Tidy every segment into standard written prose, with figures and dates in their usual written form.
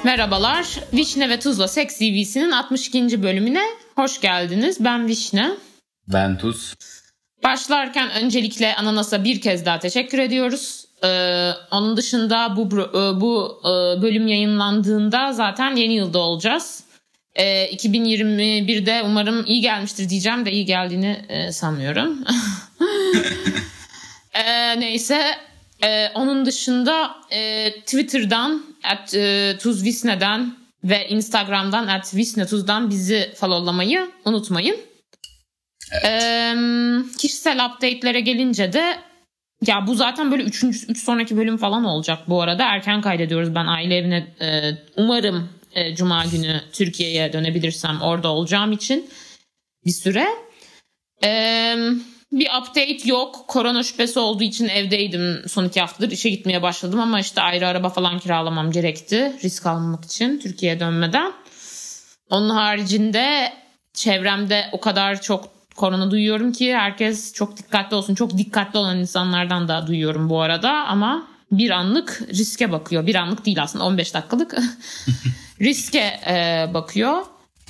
Merhabalar, Vişne ve Tuz'la Seks TV'sinin 62. bölümüne hoş geldiniz. Ben Vişne. Ben Tuz. Başlarken öncelikle Ananas'a bir kez daha teşekkür ediyoruz. Onun dışında bu bölüm yayınlandığında zaten yeni yılda olacağız. 2021'de umarım iyi gelmiştir diyeceğim de iyi geldiğini sanmıyorum. Neyse. Onun dışında Twitter'dan @tuzvisne'den ve Instagram'dan @visnetuz'dan bizi followlamayı unutmayın. Evet. Kişisel update'lere gelince de ya bu zaten böyle 3 sonraki bölüm falan olacak bu arada. Erken kaydediyoruz. Ben aile evine umarım Cuma günü Türkiye'ye dönebilirsem orada olacağım için bir süre. Bir update yok. Korona şüphesi olduğu için evdeydim. Son 2 haftadır işe gitmeye başladım ama işte ayrı araba falan kiralamam gerekti. Risk almamak için Türkiye'ye dönmeden. Onun haricinde çevremde o kadar çok korona duyuyorum ki herkes çok dikkatli olsun. Çok dikkatli olan insanlardan da duyuyorum bu arada ama bir anlık riske bakıyor. Bir anlık değil aslında 15 dakikalık riske bakıyor.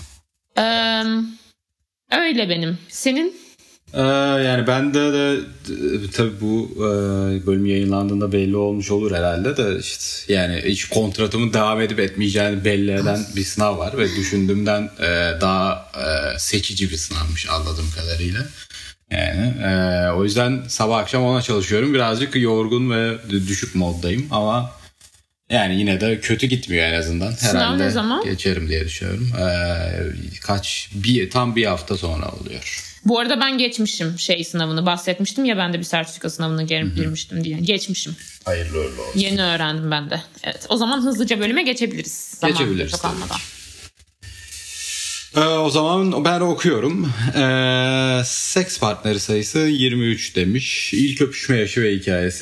Öyle benim. Senin? Yani bende de tabii bu bölüm yayınlandığında belli olmuş olur herhalde de işte yani hiç kontratımın devam edip etmeyeceğini belli eden bir sınav var ve düşündüğümden daha seçici bir sınavmış anladığım kadarıyla. Yani o yüzden sabah akşam ona çalışıyorum. Birazcık yorgun ve düşük moddayım ama yani yine de kötü gitmiyor en azından. Sınav herhalde ne zaman? Geçerim diye düşünüyorum. Tam bir hafta sonra oluyor. Bu arada ben geçmişim sınavını bahsetmiştim ya ben de bir sertifika sınavına girmiştim diye. Geçmişim. Hayırlı uğurlu olsun. Yeni öğrendim ben de. Evet. O zaman hızlıca bölüme geçebiliriz. Geçebiliriz. Çok almadan. O zaman ben okuyorum. Seks partneri sayısı 23 demiş. İlk öpüşme yaşı ve hikayesi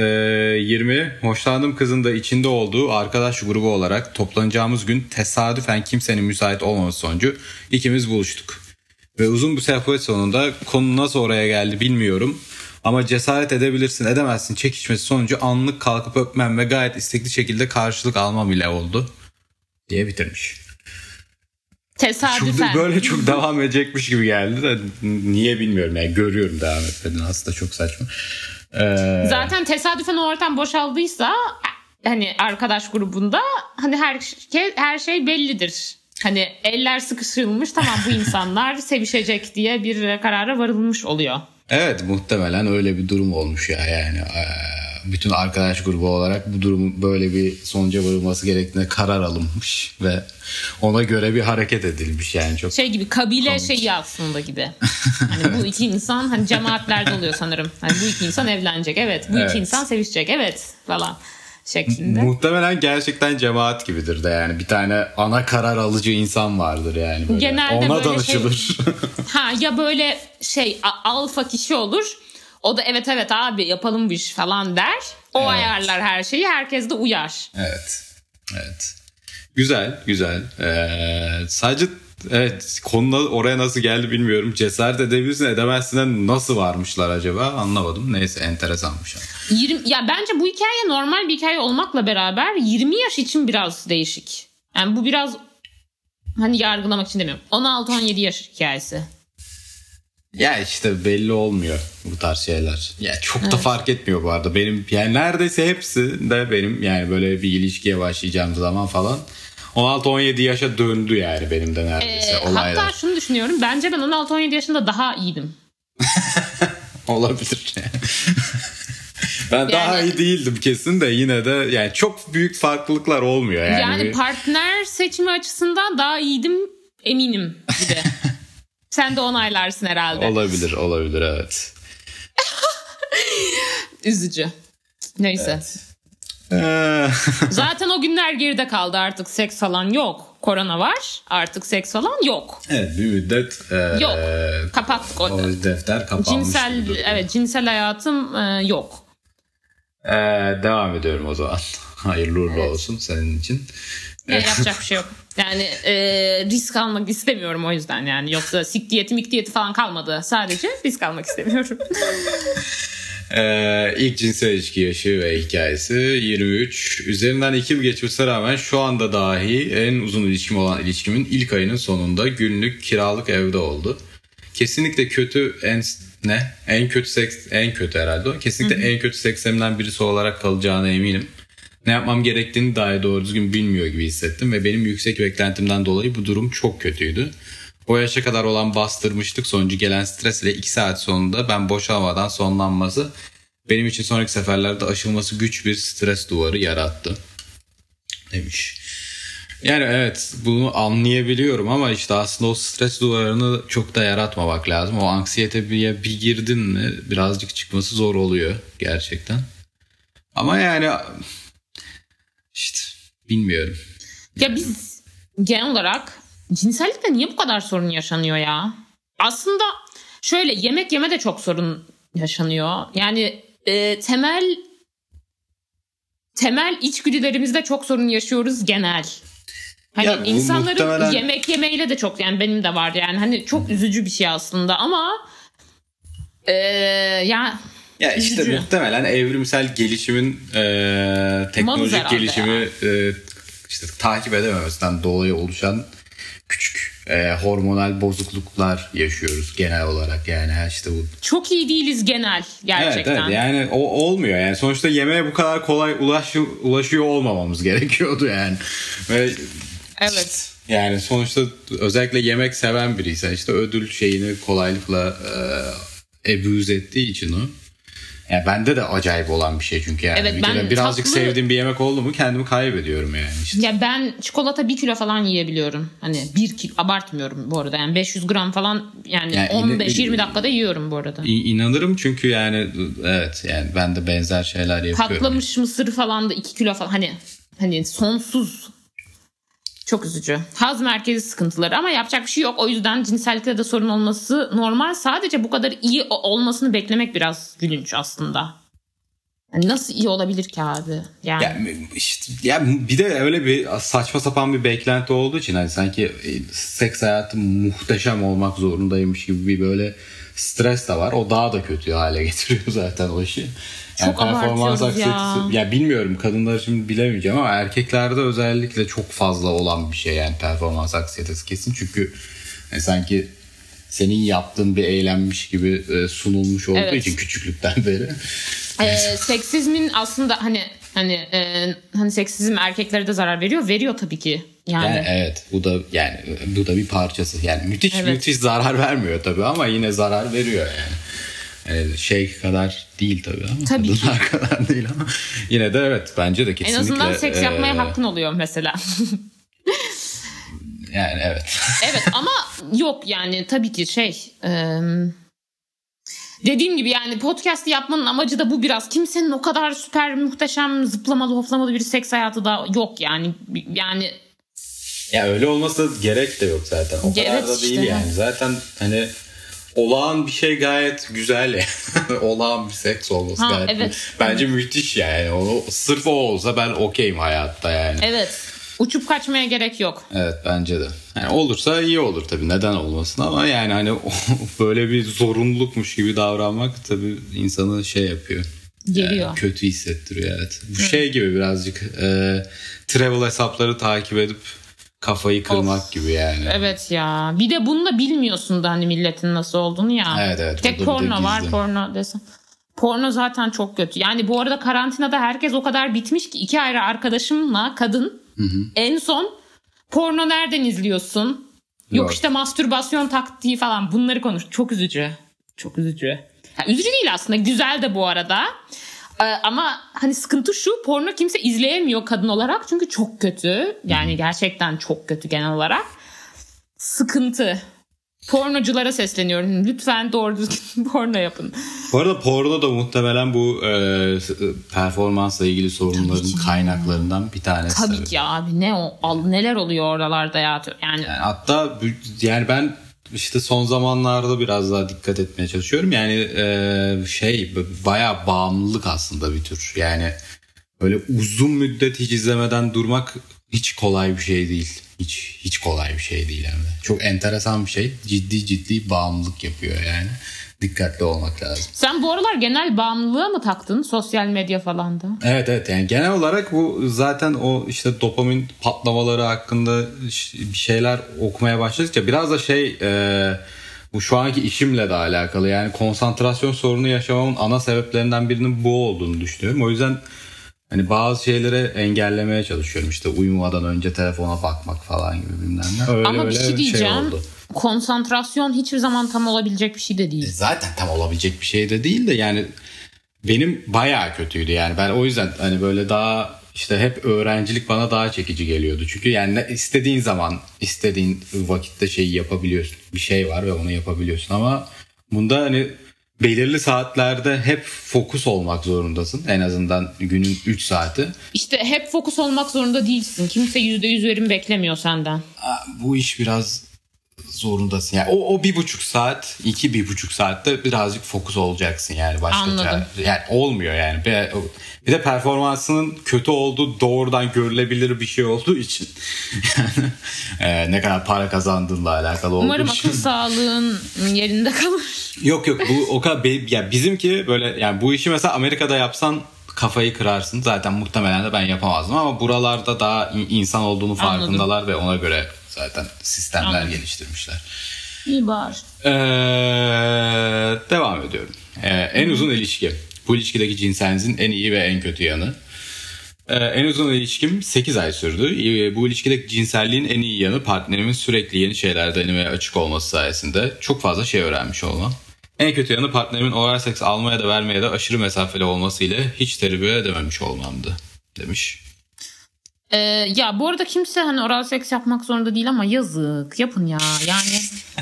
20. Hoşlandığım kızın da içinde olduğu arkadaş grubu olarak toplanacağımız gün tesadüfen kimsenin müsait olmaması sonucu ikimiz buluştuk. Ve uzun bir sohbet sonunda konu nasıl oraya geldi bilmiyorum. Ama cesaret edebilirsin edemezsin çekişmesi sonucu anlık kalkıp öpmem ve gayet istekli şekilde karşılık almam ile oldu diye bitirmiş. Tesadüfen. Böyle çok devam edecekmiş gibi geldi de niye bilmiyorum yani görüyorum devam etmediğini aslında çok saçma. Zaten tesadüfen o ortam boşaldıysa hani arkadaş grubunda hani her şey bellidir. Hani eller sıkışılmış tamam bu insanlar sevişecek diye bir karara varılmış oluyor. Evet muhtemelen öyle bir durum olmuş ya yani. Bütün arkadaş grubu olarak bu durumun böyle bir sonuca varılması gerektiğine karar alınmış ve ona göre bir hareket edilmiş yani çok gibi kabile komik. Şeyi aslında gibi. Hani bu iki insan hani cemaatlerde oluyor sanırım. Hani bu iki insan evlenecek evet. Bu iki insan sevişecek evet falan şeklinde. Muhtemelen gerçekten cemaat gibidir de yani bir tane ana karar alıcı insan vardır yani böyle. Genelde ona böyle danışılır. Ya böyle alfa kişi olur. O da evet abi yapalım bu iş falan der. O evet. Ayarlar her şeyi. Herkes de uyar. Evet. Güzel. Sadece evet konuda oraya nasıl geldi bilmiyorum. Cesaret edebilirsin edemezsin nasıl varmışlar acaba anlamadım. Neyse enteresanmış. Ya bence bu hikaye normal bir hikaye olmakla beraber 20 yaş için biraz değişik. Yani bu biraz hani yargılamak için demiyorum. 16-17 yaş hikayesi. Ya işte belli olmuyor bu tarz şeyler. Ya çok da fark etmiyor bu arada. Benim yani neredeyse hepsi de benim yani böyle bir ilişkiye başlayacağım zaman falan 16-17 yaşa döndü yani benim de neredeyse olaylar. Hatta şunu düşünüyorum. Bence ben 16-17 yaşında daha iyiydim. Olabilir yani. Ben daha iyi değildim kesin de yine de yani çok büyük farklılıklar olmuyor yani. Yani partner seçimi açısından daha iyiydim eminim gibi. Sen de onaylarsın herhalde. Olabilir evet. Üzücü. Neyse. Evet. Zaten o günler geride kaldı artık seks falan yok. Korona var artık seks falan yok. Evet bir müddet yok. Kapattık o defter kapanmış. Cinsel hayatım yok. Devam ediyorum o zaman. Hayırlı uğurlu olsun senin için. Yapacak bir şey yok. Yani risk almak istemiyorum o yüzden yani. Yoksa miktiyeti falan kalmadı. Sadece risk almak istemiyorum. İlk cinsel ilişki yaşı ve hikayesi 23. Üzerinden 2 yıl geçmesine rağmen şu anda dahi en uzun ilişkim olan ilişkimin ilk ayının sonunda günlük kiralık evde oldu. Kesinlikle kötü en kötü seks, en kötü herhalde o. Kesinlikle en kötü seksemden birisi olarak kalacağına eminim. Ne yapmam gerektiğini dahi doğru düzgün bilmiyor gibi hissettim ve benim yüksek beklentimden dolayı bu durum çok kötüydü. O yaşa kadar olan bastırmışlık sonucu gelen stres ile 2 saat sonunda ben boşalmadan sonlanması benim için sonraki seferlerde aşılması güç bir stres duvarı yarattı demiş. Yani evet, bunu anlayabiliyorum ama işte aslında o stres duvarını çok da yaratmamak lazım. O anksiyete bir girdin mi birazcık çıkması zor oluyor gerçekten. Ama yani işte bilmiyorum. Ya biz genel olarak cinsellikte niye bu kadar sorun yaşanıyor ya? Aslında şöyle, yemek yeme de çok yaşanıyor. Yani temel içgüdülerimizde çok sorun yaşıyoruz genel. Hani ya, insanların muhtemelen... yemek yemeyle de çok, yani benim de vardı yani, hani çok üzücü bir şey aslında ama ya işte üzücü. Muhtemelen evrimsel gelişimin teknolojik gelişimi işte takip edememesinden dolayı oluşan küçük hormonal bozukluklar yaşıyoruz genel olarak, yani işte bu. Çok iyi değiliz genel gerçekten. Evet, yani o olmuyor yani, sonuçta yemeğe bu kadar kolay ulaşıyor olmamamız gerekiyordu yani. Ve evet. Yani sonuçta özellikle yemek seven biriysen işte ödül şeyini kolaylıkla abuse ettiği için o. Yani bende de acayip olan bir şey çünkü yani. Evet, ben birazcık sevdiğim bir yemek oldu mu kendimi kaybediyorum yani işte. Ya ben çikolata 1 kilo falan yiyebiliyorum. Hani 1 kilo, abartmıyorum bu arada. Yani 500 gram falan yani 15-20 dakikada yiyorum bu arada. İnanırım çünkü yani evet, yani ben de benzer şeyler yapıyorum. Patlamış mısır falan da 2 kilo falan, hani sonsuz. Çok üzücü. Haz merkezi sıkıntıları ama yapacak bir şey yok. O yüzden cinsellikte de sorun olması normal. Sadece bu kadar iyi olmasını beklemek biraz gülünç aslında. Yani nasıl iyi olabilir ki abi? Yani işte, ya bir de öyle bir saçma sapan bir beklenti olduğu için hani sanki seks hayatı muhteşem olmak zorundaymış gibi bir böyle stres de var. O daha da kötü hale getiriyor zaten o işi. Yani çok abartıyoruz ya. Ya bilmiyorum, kadınlar şimdi bilemeyeceğim ama erkeklerde özellikle çok fazla olan bir şey yani performans anksiyetesi kesin. Çünkü yani sanki senin yaptığın bir eylemmiş gibi sunulmuş olduğu için küçüklükten beri. Seksizmin aslında hani seksizm erkeklere de zarar veriyor tabii ki. Yani evet, bu da bir parçası. Yani müthiş zarar vermiyor tabii ama yine zarar veriyor yani. Şey kadar değil tabii ama tabii kadınlar kadar değil ama yine de evet, bence de kesinlikle. En azından seks yapmaya hakkın oluyor mesela. Yani evet. Evet ama yok yani tabii ki dediğim gibi yani podcast yapmanın amacı da bu biraz. Kimsenin o kadar süper muhteşem zıplamalı hoplamalı bir seks hayatı da yok yani. Yani ya öyle olması gerek de yok zaten. O kadar da değil yani. Zaten hani olağan bir şey gayet güzel. Olağan bir seks olması gayet. Evet. Bence müthiş yani. Sırf o olsa ben okeyim hayatta yani. Evet. Uçup kaçmaya gerek yok. Evet, bence de. Yani olursa iyi olur tabii. Neden olmasın ama yani hani böyle bir zorunlulukmuş gibi davranmak tabii insanı yapıyor. Geliyor. Yani kötü hissettiriyor, evet. Bu şey gibi birazcık travel hesapları takip edip kafayı kırmak gibi yani. Evet ya. Bir de bunu da bilmiyorsun da hani milletin nasıl olduğunu ya. Evet. Tek porno var, porno desem. Porno zaten çok kötü. Yani bu arada karantinada herkes o kadar bitmiş ki 2 ayrı arkadaşımla kadın en son porno nereden izliyorsun? Yok işte mastürbasyon taktiği falan, bunları konuş. Çok üzücü. Çok üzücü. Yani üzücü değil aslında. Güzel de bu arada. Ama hani sıkıntı şu, porno kimse izleyemiyor kadın olarak çünkü çok kötü. Yani gerçekten çok kötü genel olarak. Sıkıntı. Pornoculara sesleniyorum. Lütfen doğru düzgün porno yapın. Bu arada porno da muhtemelen bu performansla ilgili sorunların kaynaklarından bir tanesi. Tabii ki abi. Neler oluyor oralarda ya. Yani hatta yani ben işte son zamanlarda biraz daha dikkat etmeye çalışıyorum. Yani bayağı bağımlılık aslında bir tür. Yani böyle uzun müddet hiç izlemeden durmak hiç kolay bir şey değil. Hiç kolay bir şey değil yani. Çok enteresan bir şey. Ciddi bağımlılık yapıyor yani. dikkatli olmak lazım. Sen bu aralar genel bağımlılığa mı taktın sosyal medya falan da? Evet yani genel olarak bu zaten o işte dopamin patlamaları hakkında bir şeyler okumaya başladıkça biraz da bu şu anki işimle de alakalı. Yani konsantrasyon sorunu yaşamamın ana sebeplerinden birinin bu olduğunu düşünüyorum. O yüzden hani bazı şeyleri engellemeye çalışıyorum. İşte uyumadan önce telefona bakmak falan gibi bilmem ne. Ama bir şey diyeceğim. Konsantrasyon hiçbir zaman tam olabilecek bir şey de değil. Zaten tam olabilecek bir şey de değil de yani benim bayağı kötüydü. Yani ben o yüzden hani böyle daha işte hep öğrencilik bana daha çekici geliyordu. Çünkü yani istediğin zaman istediğin vakitte şeyi yapabiliyorsun. Bir şey var ve onu yapabiliyorsun ama bunda hani belirli saatlerde hep fokus olmak zorundasın. En azından günün 3 saati. İşte hep fokus olmak zorunda değilsin. Kimse %100 verim beklemiyor senden. Bu iş biraz zorundasın. Yani o 1,5 saat, 1,5 saatte birazcık fokus olacaksın yani başka. Anladım. Yani olmuyor yani. Bir de performansının kötü olduğu doğrudan görülebilir bir şey olduğu için. Yani ne kadar para kazandığınla alakalı olduğu Umarım için. akıl sağlığın yerinde kalır. Yok bu o kadar yani bizimki böyle yani bu işi mesela Amerika'da yapsan kafayı kırarsın. Zaten muhtemelen de ben yapamazdım ama buralarda daha insan olduğunu farkındalar. Anladım. Ve ona göre zaten sistemler geliştirmişler. İyi bari. Devam ediyorum. En uzun ilişki. Bu ilişkideki cinselinizin en iyi ve en kötü yanı. En uzun ilişkim 8 ay sürdü. Bu ilişkideki cinselliğin en iyi yanı partnerimin sürekli yeni şeyler denemeye açık olması sayesinde çok fazla şey öğrenmiş olmam. En kötü yanı partnerimin oral seks almaya da vermeye de aşırı mesafeli olmasıyla hiç terbiye edememiş olmamdı demiş. Ya bu arada kimse hani oral seks yapmak zorunda değil ama yazık yapın ya yani.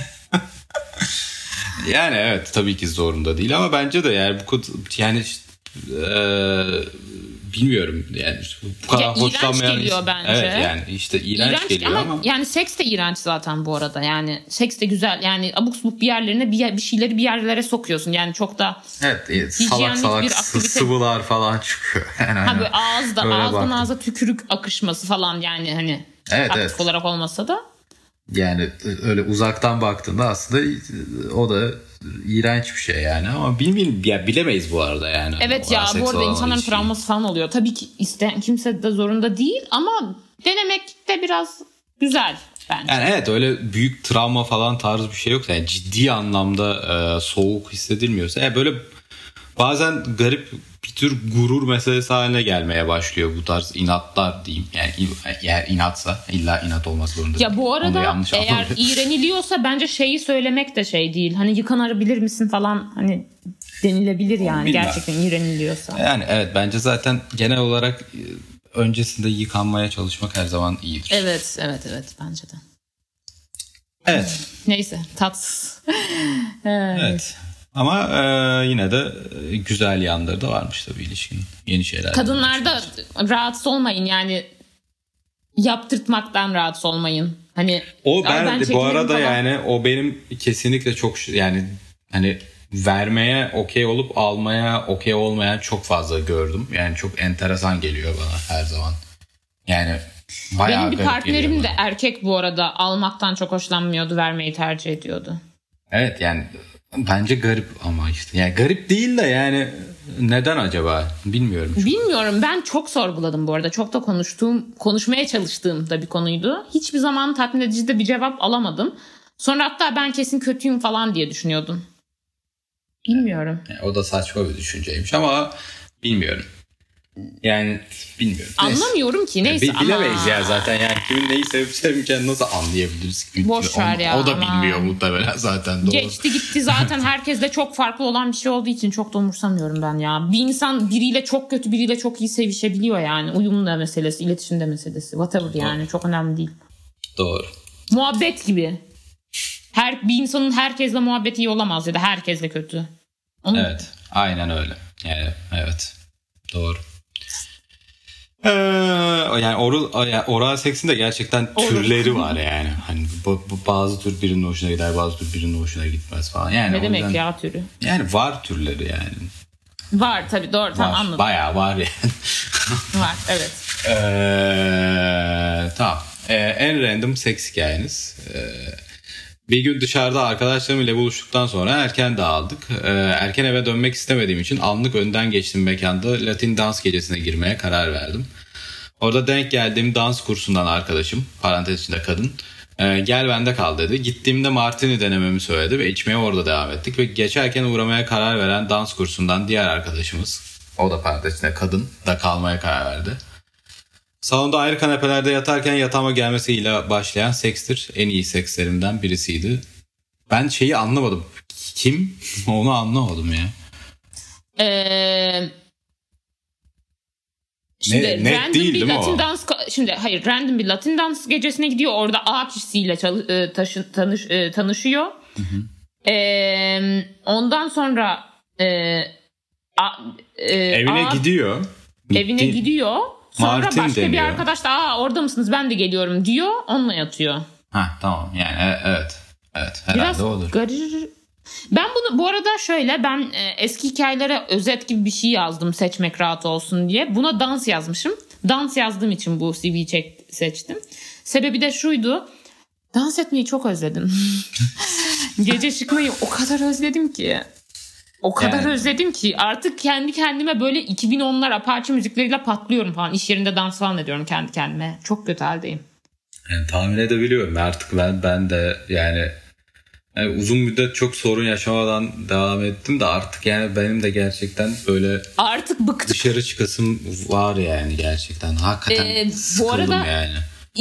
Yani evet tabii ki zorunda değil ama bence de yani yani bilmiyorum yani bu kadar ya, hoşlanmayan iğrenç geliyor bence. Evet yani işte iğrenç geliyor ama yani seks de iğrenç zaten bu arada yani seks de güzel yani abuk subuk bir yerlerine bir şeyleri bir yerlere sokuyorsun yani çok da salak sıvılar falan çıkıyor. Yani böyle ağızdan ağza tükürük akışması falan yani hani aktif olarak olmasa da. Yani öyle uzaktan baktığında aslında o da iğrenç bir şey yani ama bilemeyiz bu arada yani. Evet ya bu arada insanların travması falan oluyor. Tabii ki kimse de zorunda değil ama denemek de biraz güzel bence. Yani evet öyle büyük travma falan tarzı bir şey yok. Yani ciddi anlamda soğuk hissedilmiyorsa böyle bazen garip bir tür gurur meselesi haline gelmeye başlıyor bu tarz inatlar diyeyim. Yani eğer inatsa illa inat olmak zorunda. Ya bu arada eğer iğreniliyorsa bence şeyi söylemek de şey değil. Hani yıkanabilir misin falan hani denilebilir yani gerçekten iğreniliyorsa. Yani evet bence zaten genel olarak öncesinde yıkanmaya çalışmak her zaman iyidir. Evet bence de. Evet. Neyse tatsız. Evet. Ama yine de güzel yanları da varmış tabii ilişkinin. Yeni şeyler. Kadınlar da rahatsız olmayın yani yaptırtmaktan rahatsız olmayın. Hani o ben bu arada falan. Yani o benim kesinlikle çok yani hani vermeye okey olup almaya okey olmayan çok fazla gördüm. Yani çok enteresan geliyor bana her zaman. Yani bayağı benim bir partnerim de erkek bu arada almaktan çok hoşlanmıyordu, vermeyi tercih ediyordu. Evet yani bence garip ama işte. Yani garip değil de yani neden acaba bilmiyorum. Bilmiyorum ben çok sorguladım bu arada. Çok da konuşmaya çalıştığım da bir konuydu. Hiçbir zaman tatmin edici de bir cevap alamadım. Sonra hatta ben kesin kötüyüm falan diye düşünüyordum. Bilmiyorum. Yani o da saçma bir düşünceymiş ama bilmiyorum. Yani bilmiyorum. Anlamıyorum ki neyse ama. Bilemeyiz ya zaten yani kimin neyi sevip sevmeyeceğini nasıl anlayabiliriz ki? Boş ver ya. O da bilmiyor muhtemelen zaten. Doğru. Geçti gitti zaten herkesle çok farklı olan bir şey olduğu için çok da umursamıyorum ben ya. Bir insan biriyle çok kötü biriyle çok iyi sevişebiliyor yani. Uyum da meselesi, iletişim de meselesi. Whatever yani çok önemli değil. Doğru. Muhabbet gibi. Bir insanın herkesle muhabbeti iyi olamaz ya da herkesle kötü. Evet aynen öyle. Yani evet doğru. Yani oral seksin de gerçekten türleri var yani. Hani bazı tür birinin hoşuna gider, bazı tür birinin hoşuna gitmez falan. Yani ne demek ya türü? Yani var türleri yani. Var tabii doğru tamam anladım. Bayağı var yani. Var evet. Tamam. En random seks hikayeniz. Bir gün dışarıda arkadaşlarımla buluştuktan sonra erken dağıldık. Erken eve dönmek istemediğim için anlık önden geçtiğim mekanda Latin dans gecesine girmeye karar verdim. Orada denk geldiğim dans kursundan arkadaşım, parantez içinde kadın, gel bende kal dedi. Gittiğimde martini denememi söyledi ve içmeye orada devam ettik. Ve geçerken uğramaya karar veren dans kursundan diğer arkadaşımız, o da parantez içinde kadın, da kalmaya karar verdi. Salonda ayrı kanepelerde yatarken yatağıma gelmesiyle başlayan sekstir. En iyi sekslerimden birisiydi. Ben şeyi anlamadım. Kim? Onu anlamadım ya. Şimdi net random değil bir değil mi Latin o? dans random bir Latin dans gecesine gidiyor. Orada A kişisiyle tanışıyor. Ondan sonra evine gidiyor. Evine gidiyor. Sonra Martin başka deniyor. bir arkadaş da orada mısınız ben de geliyorum diyor. Onunla yatıyor. Ha tamam yani evet. Evet herhalde Biraz olur. Ben bunu bu arada ben eski hikayelere özet gibi bir şey yazdım seçmek rahat olsun diye. Buna dans yazmışım. Dans yazdığım için bu CV'yi seçtim. Sebebi de şuydu. Dans etmeyi çok özledim. Gece çıkmayı o kadar özledim ki. O kadar özledim ki artık kendi kendime böyle 2010'lar Apache müzikleriyle patlıyorum falan. İş yerinde dans falan ediyorum kendi kendime. Çok kötü haldeyim. Yani tahmin edebiliyorum artık ben de yani uzun müddet çok sorun yaşamadan devam ettim de artık yani benim de gerçekten böyle artık bıktık. Dışarı çıkasım var yani gerçekten. Hakikaten sıkıldım bu arada, yani.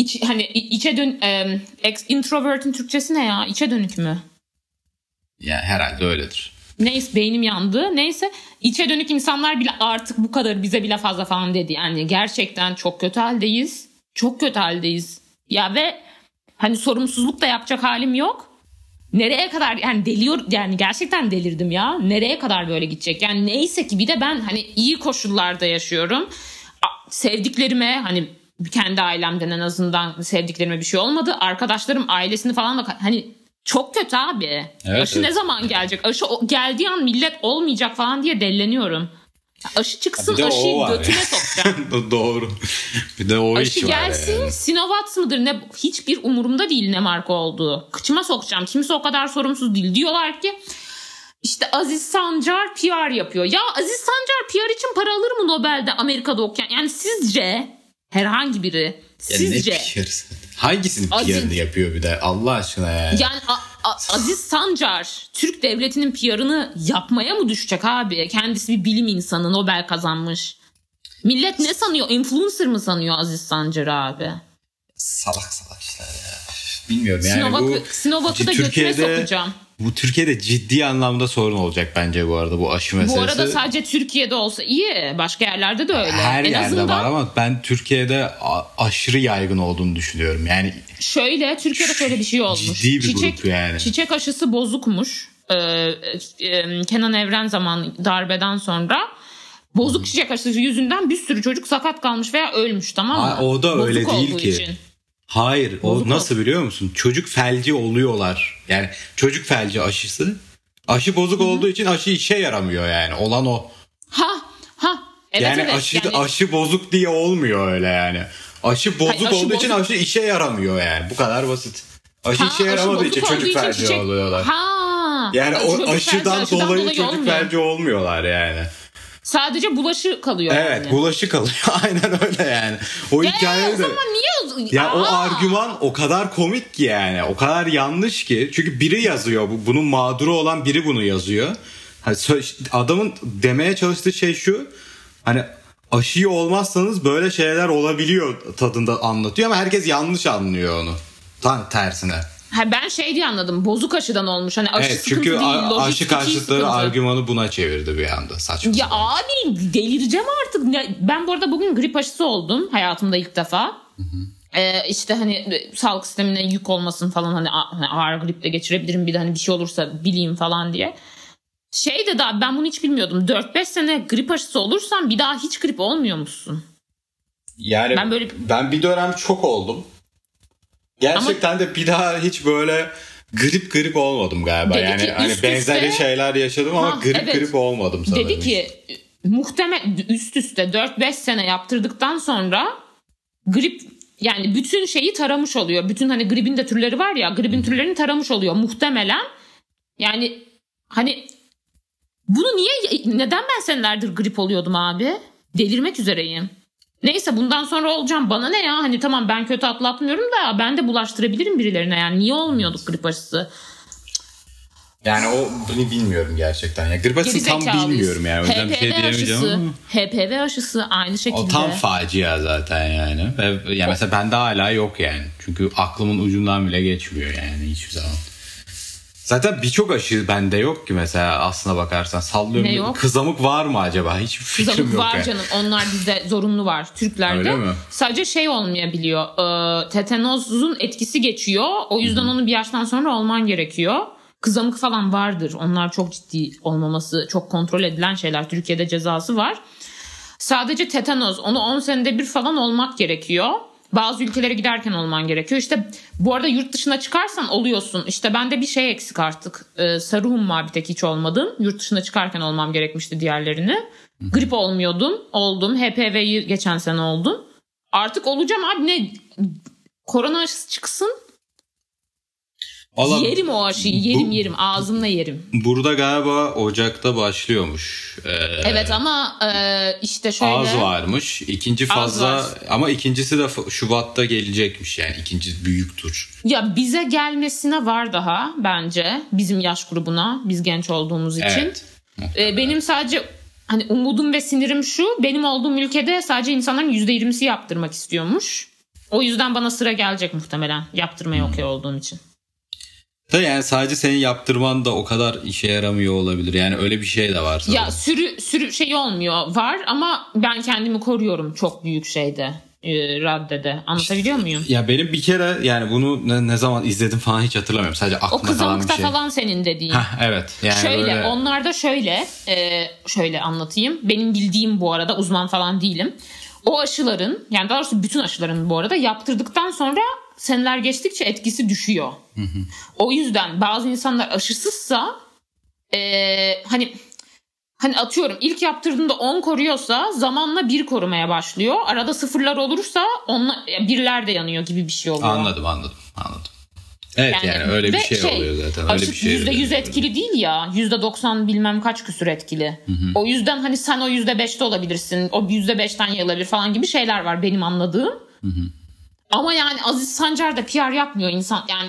Introvert'in Türkçesi ne ya? İçe dönük mü? Ya herhalde öyledir. Neyse beynim yandı. Neyse içe dönük insanlar bile artık bu kadar bize bile fazla falan dedi. Yani gerçekten çok kötü haldeyiz. Çok kötü haldeyiz. Ya ve hani sorumsuzluk da yapacak halim yok. Nereye kadar yani gerçekten delirdim ya. Nereye kadar böyle gidecek? Yani neyse ki bir de ben hani iyi koşullarda yaşıyorum. Sevdiklerime hani kendi ailemden en azından sevdiklerime bir şey olmadı. Arkadaşlarım ailesini falan da hani çok kötü abi. Evet, aşı ne zaman gelecek? Aşı geldiği an millet olmayacak falan diye delleniyorum. Aşı çıksın, aşıyı götüne sokacağım. Doğru. Bir de o aşı iş var gelsin, yani. Sinovac mıdır ne? Hiçbir umurumda değil ne marka olduğu. Kıçıma sokacağım. Kimse o kadar sorumsuz değil. Diyorlar ki işte Aziz Sancar PR yapıyor. Ya Aziz Sancar PR için para alır mı Nobel'de Amerika'da okuyan? Yani sizce herhangi biri sizce ne hangisinin PR'ını yapıyor bir de Allah aşkına yani. Yani Aziz Sancar Türk devletinin PR'ını yapmaya mı düşecek abi? Kendisi bir bilim insanı, Nobel kazanmış. Millet ne sanıyor? Influencer mı sanıyor Aziz Sancar abi? Salak işler ya. Bilmiyorum yani Sinovac'ı da götüne sokacağım. Bu Türkiye'de ciddi anlamda sorun olacak bence bu arada bu aşı meselesi. Bu arada sadece Türkiye'de olsa iyi. Başka yerlerde de öyle. Her yerde var ama ben Türkiye'de aşırı yaygın olduğunu düşünüyorum. Yani Türkiye'de şöyle bir şey olmuş. Ciddi bir grup yani. Çiçek aşısı bozukmuş. Kenan Evren zamanı darbeden sonra. Bozuk çiçek aşısı yüzünden bir sürü çocuk sakat kalmış veya ölmüş, tamam mı? O da bozuk öyle değil ki. Için. Hayır bozuk o nasıl biliyor musun? Çocuk felci oluyorlar. Yani çocuk felci aşısı. Aşı bozuk olduğu için aşı işe yaramıyor yani. Olan o. Evet, yani evet. aşı bozuk diye olmuyor öyle yani. Aşı bozuk olduğu için aşı işe yaramıyor yani. Bu kadar basit. Aşı işe yaramadığı için çocuk felci oluyorlar. Yani o aşıdan dolayı çocuk felci olmuyorlar yani. Sadece bulaşı kalıyor yani. Evet, bulaşı kalıyor. Aynen öyle yani. O hikaye de. O zaman niye? Ya o argüman o kadar komik ki yani. O kadar yanlış ki. Çünkü biri yazıyor. Bunun mağduru olan biri bunu yazıyor. Hani adamın demeye çalıştığı şey şu. Hani aşıyı olmazsanız böyle şeyler olabiliyor tadında anlatıyor ama herkes yanlış anlıyor onu. Tam tersine. Ben diye anladım. Bozuk aşıdan olmuş. Hani aşı sıkıntı çünkü değil. Aşı karşıtları argümanı buna çevirdi bir anda. Saçma. Ya abi delireceğim artık. Ben bu arada bugün grip aşısı oldum. Hayatımda ilk defa. İşte hani sağlık sistemine yük olmasın falan. Hani ağır griple geçirebilirim. Bir de hani bir şey olursa bileyim falan diye. Daha ben bunu hiç bilmiyordum. 4-5 sene grip aşısı olursan bir daha hiç grip olmuyor musun? Yani ben bir dönem çok oldum. Gerçekten de bir daha hiç böyle grip olmadım galiba. Yani hani benzeri şeyler yaşadım ama grip olmadım sanırım. Dedi ki muhtemel üst üste 4-5 sene yaptırdıktan sonra grip Yani bütün şeyi taramış oluyor. Bütün hani gripin de türleri var ya, gripin türlerini taramış oluyor muhtemelen. Yani hani bunu neden ben senelerdir grip oluyordum abi? Delirmek üzereyim. Neyse bundan sonra olacağım. Bana ne ya? Hani tamam ben kötü atlatmıyorum da ben de bulaştırabilirim birilerine. Yani niye olmuyorduk grip aşısı? Yani bunu bilmiyorum gerçekten. Ya grip aşısı tam bilmiyorum yani. O yüzden bir şey diyemeyeceğim ama. HPV aşısı aynı şekilde. O tam facia zaten yani. Yani mesela bende hala yok yani. Çünkü aklımın ucundan bile geçmiyor yani hiçbir zaman. Zaten birçok aşı bende yok ki mesela aslına bakarsan. Sallıyorum. Ne yok? Kızamık var mı acaba? Hiçbir fikrim kızamık yok. Kızamık var yani. Canım. Onlar bizde zorunlu var Türklerde. Öyle mi? Sadece şey olmayabiliyor. Tetanozun etkisi geçiyor. O yüzden onu bir yaştan sonra olman gerekiyor. Kızamık falan vardır. Onlar çok ciddi olmaması, çok kontrol edilen şeyler. Türkiye'de cezası var. Sadece tetanoz. Onu 10 senede bir falan olmak gerekiyor. Bazı ülkelere giderken olman gerekiyor. İşte bu arada yurt dışına çıkarsan oluyorsun. İşte bende bir şey eksik artık. Sarıhum var bir tek hiç olmadım. Yurt dışına çıkarken olmam gerekmişti diğerlerini. Grip olmuyordum. Oldum. HPV'yi geçen sene oldum. Artık olacağım abi ne? Korona aşısı çıksın. Allah, yerim o aşıyı. Yerim. Ağzımla yerim. Burada galiba Ocak'ta başlıyormuş. Evet ama işte şöyle. Az varmış. İkinci fazla var. Ama ikincisi de Şubat'ta gelecekmiş yani. İkinci büyük tur. Ya bize gelmesine var daha bence. Bizim yaş grubuna. Biz genç olduğumuz için. Evet. Benim sadece hani umudum ve sinirim şu. Benim olduğum ülkede sadece insanların %20'si yaptırmak istiyormuş. O yüzden bana sıra gelecek muhtemelen. Yaptırmaya okey olduğum için. Yani sadece senin yaptırman da o kadar işe yaramıyor olabilir. Yani öyle bir şey de var sanırım. Ya sürü şey olmuyor. Var ama ben kendimi koruyorum çok büyük şeyde. Raddede. Anlatabiliyor muyum? Ya benim bir kere yani bunu ne zaman izledim falan hiç hatırlamıyorum. Sadece aklımda kalan bir şey. O kızamıkta falan senin dediğin. Evet. Yani şöyle böyle... onlarda şöyle anlatayım. Benim bildiğim bu arada uzman falan değilim. O aşıların yani daha doğrusu bütün aşıların bu arada yaptırdıktan sonra seneler geçtikçe etkisi düşüyor. Hı. O yüzden bazı insanlar aşısızsa hani atıyorum ilk yaptırdığında 10 koruyorsa zamanla 1 korumaya başlıyor. Arada sıfırlar olursa birler de yanıyor gibi bir şey oluyor. Anladım. Evet yani öyle bir şey oluyor zaten. Öyle bir şey %100 etkili değil ya. %90 bilmem kaç küsür etkili. Hı. O yüzden hani sen o %5'te olabilirsin. O %5'ten yayılabilir falan gibi şeyler var benim anladığım. Hı. Ama yani Aziz Sancar da PR yapmıyor insan yani.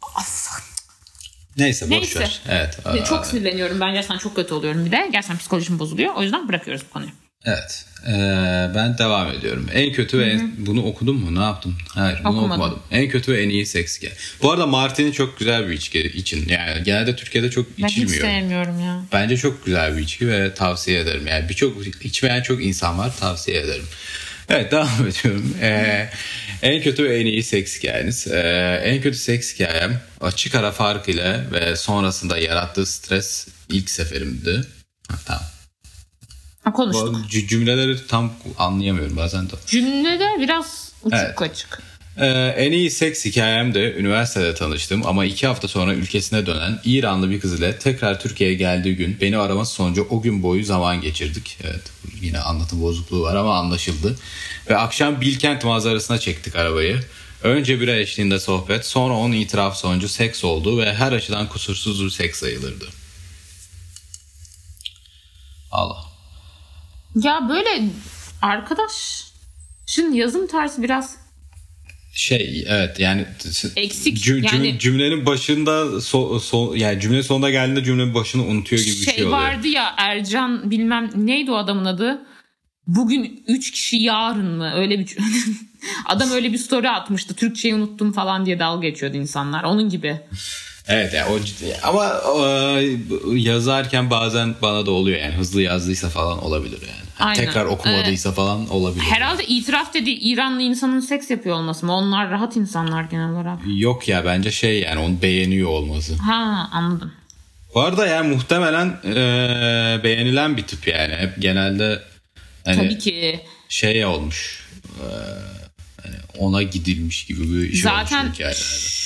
Neyse boşver. Evet. Çok sinirleniyorum ben gerçekten çok kötü oluyorum bir de. Gerçekten psikolojim bozuluyor. O yüzden bırakıyoruz bu konuyu. Evet. Ben devam ediyorum. En kötü ve bunu okudun mu? Ne yaptın? Hayır bunu okumadım. En kötü ve en iyi seks hikaye. Bu arada Martini çok güzel bir içki için. Yani genelde Türkiye'de çok içilmiyor. Ben hiç sevmiyorum ya. Bence çok güzel bir içki ve tavsiye ederim. Yani içmeyen çok insan var. Tavsiye ederim. Evet devam ediyorum. En kötü ve en iyi seks hikayeniz. En kötü seks hikayem açık ara fark ile ve sonrasında yarattığı stres ilk seferimdi. Tamam. Konuştuk. Cümleleri tam anlayamıyorum bazen de. Cümleler biraz uçuk kaçık. En iyi seks hikayem de üniversitede tanıştım ama 2 hafta sonra ülkesine dönen İranlı bir kız ile tekrar Türkiye'ye geldiği gün beni araması sonucu o gün boyu zaman geçirdik. Evet yine anlatım bozukluğu var ama anlaşıldı. Ve akşam Bilkent manzarasına çektik arabayı. Önce bira eşliğinde sohbet, sonra onun itiraf sonucu seks oldu ve her açıdan kusursuz bir seks sayılırdı. Allah. Ya böyle arkadaşın yazım tarzı biraz evet yani eksik cümlenin başında yani cümlenin sonuna geldiğinde cümlenin başını unutuyor gibi bir şey oluyor. Vardı ya Ercan bilmem neydi o adamın adı? Bugün 3 kişi yarın mı? Öyle bir adam öyle bir story atmıştı. Türkçeyi unuttum falan diye dalga geçiyordu insanlar. Onun gibi. Evet yani ama yazarken bazen bana da oluyor yani hızlı yazdıysa falan olabilir yani. Aynen. Tekrar okumadıysa falan olabilir. Herhalde itiraf dediği İranlı insanın seks yapıyor olması mı? Onlar rahat insanlar genel olarak. Yok ya bence yani onu beğeniyor olması. Ha anladım. Bu arada yani muhtemelen beğenilen bir tip yani. Hep genelde hani tabii ki olmuş. Hani ona gidilmiş gibi bir iş zaten olmuş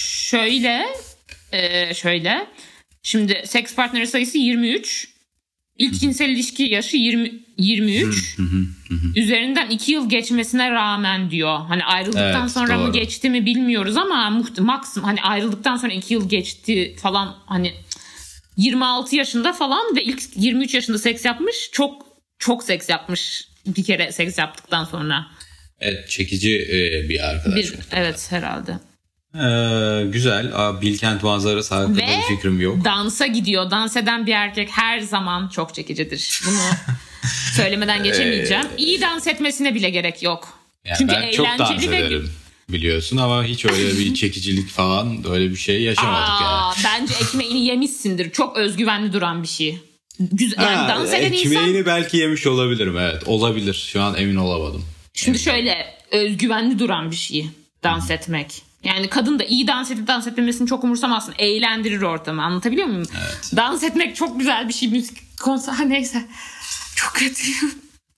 hikayelerde. Şöyle şimdi seks partneri sayısı 23. İlk cinsel ilişki yaşı 23. Üzerinden 2 yıl geçmesine rağmen diyor. Hani ayrıldıktan sonra mı geçti mi bilmiyoruz ama maksimum hani ayrıldıktan sonra 2 yıl geçti falan, hani 26 yaşında falan ve ilk 23 yaşında seks yapmış. Çok seks yapmış bir kere seks yaptıktan sonra. Evet, çekici bir arkadaş. Evet, herhalde. Güzel. Bilkent manzarası hakkında bir fikrim yok. Dansa gidiyor. Dans eden bir erkek her zaman çok çekicidir. Bunu söylemeden geçemeyeceğim. İyi dans etmesine bile gerek yok. Yani çünkü ben çok dans ederim biliyorsun ama hiç öyle bir çekicilik falan öyle bir şey yaşamadık yani. Bence ekmeğini yemişsindir. Çok özgüvenli duran bir şey. Güzel, yani dans eden ekmeğini insan... belki yemiş olabilirim, evet. Olabilir. Şu an emin olamadım. Şimdi şöyle özgüvenli duran bir şey dans etmek. Yani kadın da iyi dans edip dans etmemesini çok umursamazsın. Eğlendirir ortamı. Anlatabiliyor muyum? Evet. Dans etmek çok güzel bir şey. Müzik, konser, neyse. Çok kötüyüm.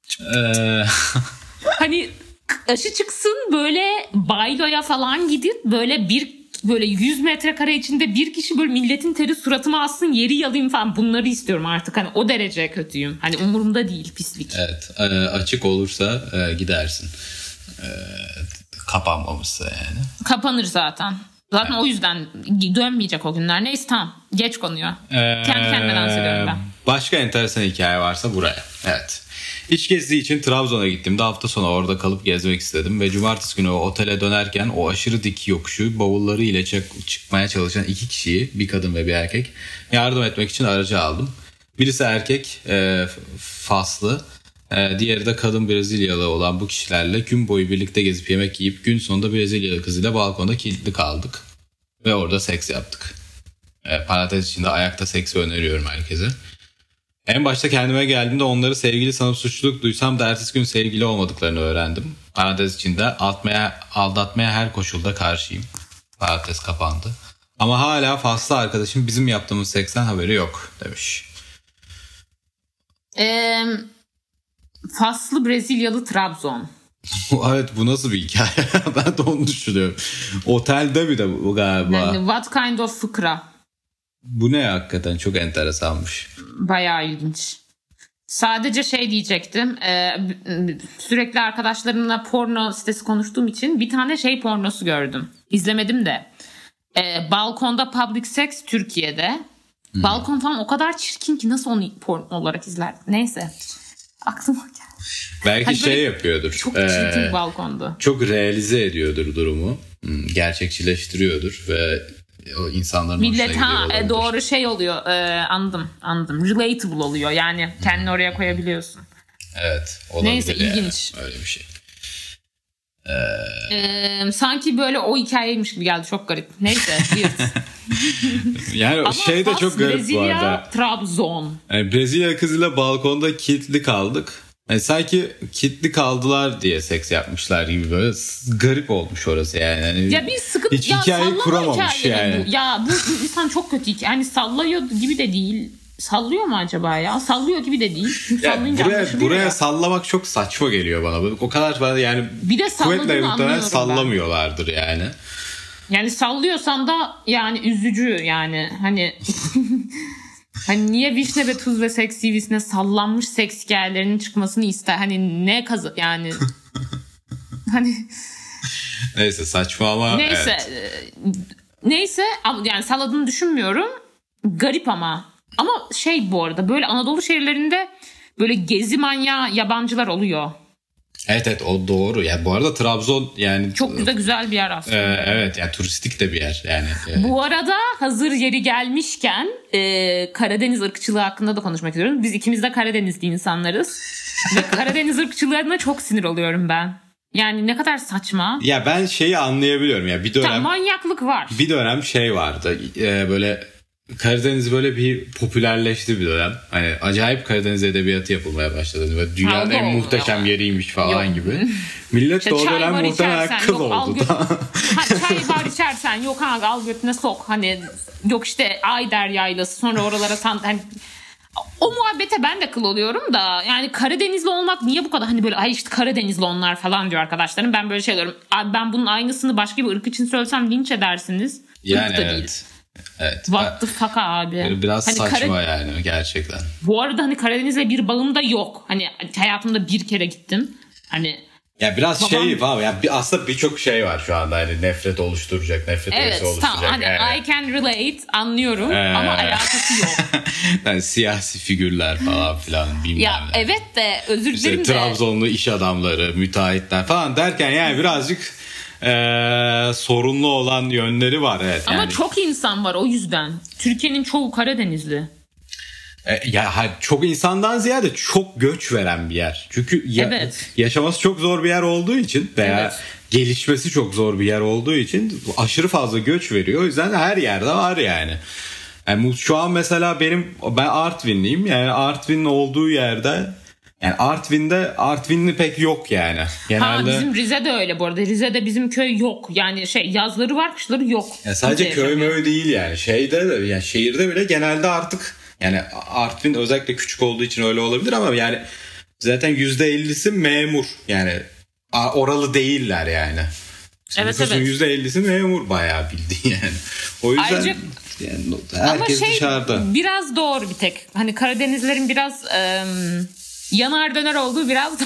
Hani aşı çıksın böyle bailoya falan gidip böyle 100 metrekare içinde bir kişi böyle milletin teri suratıma assın, yeri yalayım falan, bunları istiyorum artık. Hani o derece kötüyüm. Hani umurumda değil pislik. Evet, açık olursa gidersin. Kapanmamışsa yani. Kapanır zaten. Zaten evet. O yüzden dönmeyecek o günler. Neyse, tamam. Geç konuyor. Kendi kendime dans ediyorum ben. Başka enteresan hikaye varsa buraya. Evet. İş gezisi için Trabzon'a gittiğimde hafta sonu orada kalıp gezmek istedim. Ve cumartesi günü o otele dönerken o aşırı dik yokuşu bavulları ile çıkmaya çalışan 2 kişiyi, bir kadın ve bir erkek, yardım etmek için aracı aldım. Birisi erkek, Faslı. Diğeri de kadın Brezilyalı olan bu kişilerle gün boyu birlikte gezip yemek yiyip gün sonunda Brezilyalı kızıyla balkonda kilitli kaldık. Ve orada seks yaptık. Parantez içinde ayakta seksi öneriyorum herkese. En başta kendime geldiğimde onları sevgili sanıp suçluluk duysam da ertesi gün sevgili olmadıklarını öğrendim. Parantez içinde aldatmaya her koşulda karşıyım. Parantez kapandı. Ama hala Faslı arkadaşım bizim yaptığımız seksten haberi yok demiş. Faslı Brezilyalı Trabzon. Evet, bu nasıl bir hikaye? Ben de onu düşünüyorum. Otelde bir de bu galiba. Yani what kind of fıkra? Bu ne hakikaten, çok enteresanmış. Bayağı ilginç. Sadece şey diyecektim. Sürekli arkadaşlarımla porno sitesi konuştuğum için bir tane şey pornosu gördüm. İzlemedim de. Balkonda public sex Türkiye'de. Balkon falan o kadar çirkin ki nasıl onu porno olarak izler? Neyse. Aklıma geldi. Belki hani şey yapıyordur. Çok çirkin balkonda. Çok realize ediyordur durumu. Gerçekçileştiriyordur ve o insanların millet doğru şey oluyor. Anladım. Relatable oluyor. Yani kendini oraya koyabiliyorsun. Evet. Olabilir. Neyse, ilginç. Öyle bir şey. Sanki böyle o hikayeymiş gibi geldi. Çok garip. Neyse. Yani şey de çok garip Brezilya, bu arada. Trabzon. Yani Brezilya kızıyla balkonda kilitli kaldık. Yani sanki kilitli kaldılar diye seks yapmışlar gibi, böyle garip olmuş orası yani. Ya bir sıkıntı, hiç hikaye kuramamış yani. Ya bu insan çok kötü hikaye. Yani sallıyor gibi de değil. Sallıyor mu acaba ya? Sallıyor gibi de değil. Buraya sallamak çok saçma geliyor bana. O kadar yani. Bir de kuvvetle sallamıyorlardır yani. Yani sallıyorsan da yani üzücü yani. Hani hani niye Vişne ve Tuz ve Seks TV'sine sallanmış seks hikayelerinin çıkmasını ister? Hani ne yani hani neyse, saçma ama neyse neyse yani salladığını düşünmüyorum. Garip ama şey, bu arada böyle Anadolu şehirlerinde böyle gezi manyağı yabancılar oluyor. Evet, o doğru. Yani bu arada Trabzon yani çok güzel bir yer aslında. Evet, yani turistik de bir yer yani. Bu arada hazır yeri gelmişken Karadeniz ırkçılığı hakkında da konuşmak istiyorum. Biz ikimiz de Karadenizli insanlarız. Ve Karadeniz ırkçılığına çok sinir oluyorum ben. Yani ne kadar saçma. Ya ben şeyi anlayabiliyorum ya, bir dönem manyaklık var. Bir dönem şey vardı. Böyle Karadeniz böyle bir popülerleşti bir dönem. Hani acayip Karadeniz edebiyatı yapılmaya başladı. Böyle dünyanın en muhteşem yeriymiş falan gibi. Millet de o dönem muhtemelen kıl oldu. Çay var içersen, yok al götüne sok. Hani yok işte Ayder Yaylası, sonra oralara hani o muhabbete ben de kıl oluyorum da, yani Karadenizli olmak niye bu kadar, hani böyle ay işte Karadenizli onlar falan diyor arkadaşlarım. Ben böyle şey diyorum. Abi ben bunun aynısını başka bir ırk için söylesem linç edersiniz. Yani evet. Evet. What the fuck abi. Biraz hani saçma yani gerçekten. Bu arada hani Karadeniz'le bir bağım da yok. Hani hayatımda bir kere gittim. Hani ya biraz şey var ya, aslında birçok şey var şu anda hani nefret oluşturacak, nefret evet, oluşturacak. Tamam, hani yani. I can relate, anlıyorum ama alakası yok. Yani siyasi figürler falan filan bilmem ya ne. Evet de özür dilerim İşte de. Trabzonlu iş adamları, müteahhitler falan derken yani birazcık sorunlu olan yönleri var. Evet, ama yani. çok insan var o yüzden. Türkiye'nin çoğu Karadenizli. Ya çok insandan ziyade çok göç veren bir yer. Çünkü Evet. yaşaması çok zor bir yer olduğu için veya Evet. gelişmesi çok zor bir yer olduğu için aşırı fazla göç veriyor. O yüzden her yerde var yani. Yani şu an mesela ben Artvinliyim. Yani Artvin'in olduğu yerde, yani Artvinli pek yok yani. Genelde Bizim Rize'de öyle bu arada. Rize'de bizim köy yok. Yani yazları var, kışları yok. ya sadece Kimse köy yaşamıyor. möy değil yani. Şeyde de, yani şehirde bile genelde artık, yani Artvin özellikle küçük olduğu için öyle olabilir ama yani zaten %50'si memur. Yani oralı değiller yani. Evet, Nüfusun evet. %50'si memur bayağı bildiğin yani. O yüzden Ayrıca, yani herkes ama dışarıda. biraz doğru bir tek. Hani Karadenizlerin biraz yanar döner olduğu biraz doğru.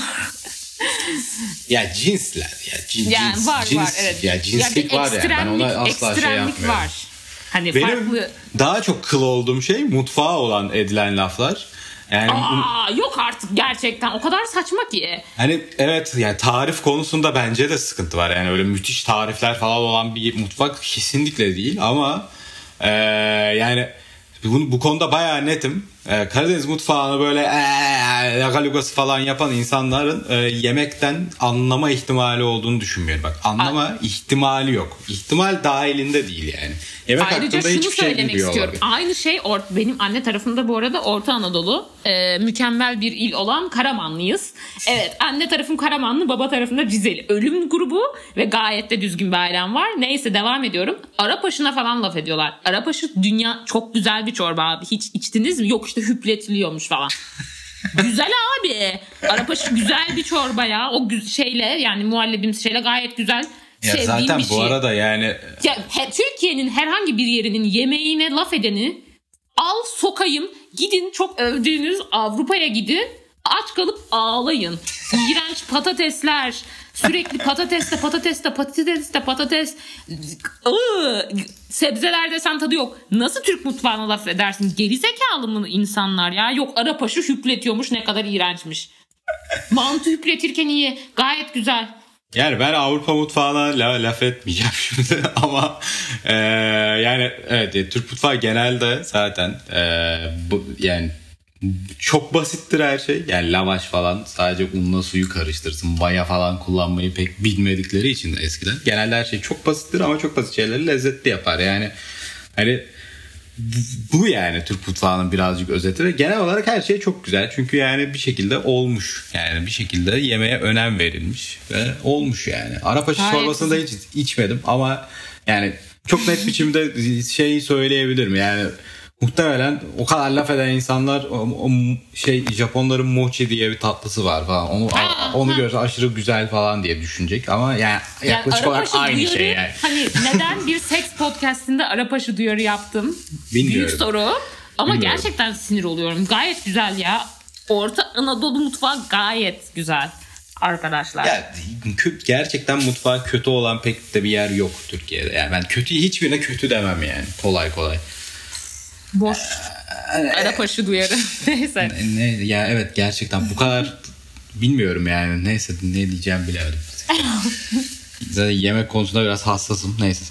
Ya cinsler ya Yani var evet. Ya cinslik var yani. Ben ona asla şey yapmıyorum. Var. Hani Benim farklı. daha çok kıl olduğum şey mutfağa olan edilen laflar. Yani Yok artık gerçekten o kadar saçma ki. hani evet, yani tarif konusunda bence de sıkıntı var. Yani öyle müthiş tarifler falan olan bir mutfak kesinlikle değil ama yani bu konuda bayağı netim. Karadeniz mutfağını böyle yagalugası falan yapan insanların yemekten anlama ihtimali olduğunu düşünmüyorum. Bak, anlama ihtimali yok. İhtimal dahilinde değil yani. Yemek Ayrıca hakkında şunu hiçbir şey söylemek bilmiyor istiyorum. olabilir. Aynı şey benim anne tarafımda bu arada Orta Anadolu. Mükemmel bir il olan Karamanlıyız. Evet, anne tarafım Karamanlı, baba tarafımda Cizeli. Ölüm grubu ve gayet de düzgün bir ailem var. Neyse, devam ediyorum. Arapaşına falan laf ediyorlar. Arapaşı dünya çok güzel bir çorba abi. Hiç içtiniz mi? Yok işte hüpletiliyormuş falan. Güzel abi. Arapaşı güzel bir çorba ya. O şeyle, yani muhallebimiz şeyle gayet güzel. Ya zaten bir bu şey. arada yani Türkiye'nin herhangi bir yerinin yemeğine laf edeni al sokayım, gidin çok övdüğünüz Avrupa'ya gidin, aç kalıp ağlayın. İğrenç patatesler, sürekli patates. Sebzeler desen tadı yok. Nasıl Türk mutfağına laf edersin? Gerizekalı mı insanlar ya? Yok, Arapaşı hüpletiyormuş, ne kadar iğrençmiş. Mantı hüpletirken iyi, gayet güzel. yani ben Avrupa mutfağına laf etmeyeceğim şimdi ama yani evet, Türk mutfağı genelde zaten yani çok basittir her şey. Yani lavaş falan sadece unla suyu karıştırsın. Maya falan kullanmayı pek bilmedikleri için eskiden. Genelde her şey çok basittir ama çok basit şeyleri lezzetli yapar. Yani hani bu yani Türk mutfağının birazcık özeti ve genel olarak her şey çok güzel. Çünkü yani bir şekilde olmuş. Yani bir şekilde yemeğe önem verilmiş ve olmuş yani. Arapaşı çorbasını da hiç içmedim ama yani çok net biçimde şey söyleyebilirim. Yani muhtemelen o kadar laf eden insanlar o Japonların mochi diye bir tatlısı var falan. Onu görse aşırı güzel falan diye düşünecek ama yani yaklaşık olarak aynı duyarı, şey yani. Hani neden bir seks podcastinde Arapaşı duyarı yaptım? Bilmiyorum. Büyük soru. Ama Bilmiyorum. gerçekten sinir oluyorum. Gayet güzel ya. Orta Anadolu mutfağı gayet güzel arkadaşlar. Ya gerçekten mutfağı kötü olan pek de bir yer yok Türkiye'de. Yani ben hiçbirine kötü demem yani. Kolay. Boş. Arapaşı duyarı. Neyse. Ya evet, gerçekten bu kadar bilmiyorum yani. Neyse, ne diyeceğim bilemedim. Zaten yemek konusunda biraz hassasım. Neyse.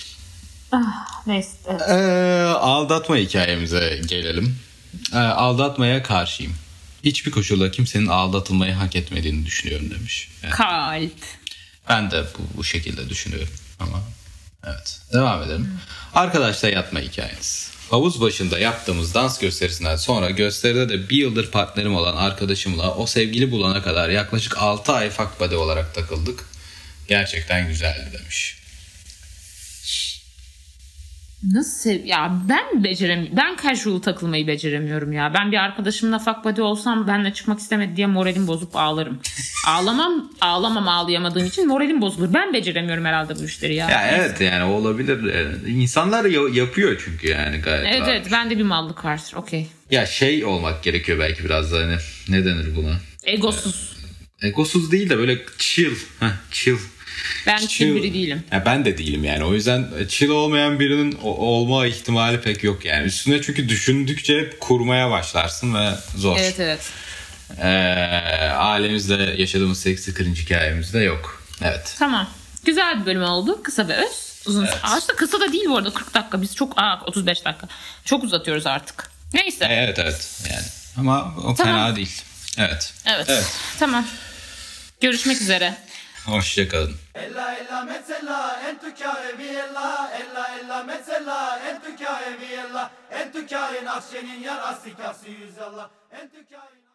Neyse. Evet. Aldatma hikayemize gelelim. Aldatmaya karşıyım. Hiçbir koşulda kimsenin aldatılmayı hak etmediğini düşünüyorum demiş. Yani Kalp. ben de bu şekilde düşünüyorum ama evet. Devam edelim. Arkadaşla yatma hikayeniz. Havuz başında yaptığımız dans gösterisinden sonra gösteride de bir yıldır partnerim olan arkadaşımla o sevgili bulana kadar yaklaşık 6 ay fuck buddy olarak takıldık. Gerçekten güzeldi demiş. Nasıl ya ben beceremiyorum. Ben casual takılmayı beceremiyorum ya. Ben bir arkadaşımla fuck buddy olsam benle çıkmak istemedi diye moralim bozup ağlarım. Ağlamam ağlayamadığım için moralim bozulur. Ben beceremiyorum herhalde bu işleri ya. Ya evet yani olabilir. İnsanlar yapıyor çünkü yani gayet. Evet evet bende bir mallık vardır. Okey. Ya şey olmak gerekiyor belki biraz da hani ne denir buna? Egosuz. Egosuz değil de böyle chill. Chill. Ben chill biri değilim. Ya ben de değilim yani. O yüzden chill olmayan birinin olma ihtimali pek yok yani. Üstüne çünkü düşündükçe kurmaya başlarsın ve zor. Evet evet. Ailemizde yaşadığımız seksi cringe hikayemizde yok. Evet. Tamam. Güzel bir bölüm oldu. Kısa ve öz. Uzun. Evet. Aslında kısa da değil bu arada 40 dakika. Biz çok 35 dakika. Çok uzatıyoruz artık. Neyse. Evet yani. Ama o fena değil. Evet. Tamam. Görüşmek üzere. Hoşçakalın. Ella ella mezzella entu kâre viyella ella ella mezzella entu kâre viyella entu kâre nakşenin yar asli kâsi yüzyalla entu kâre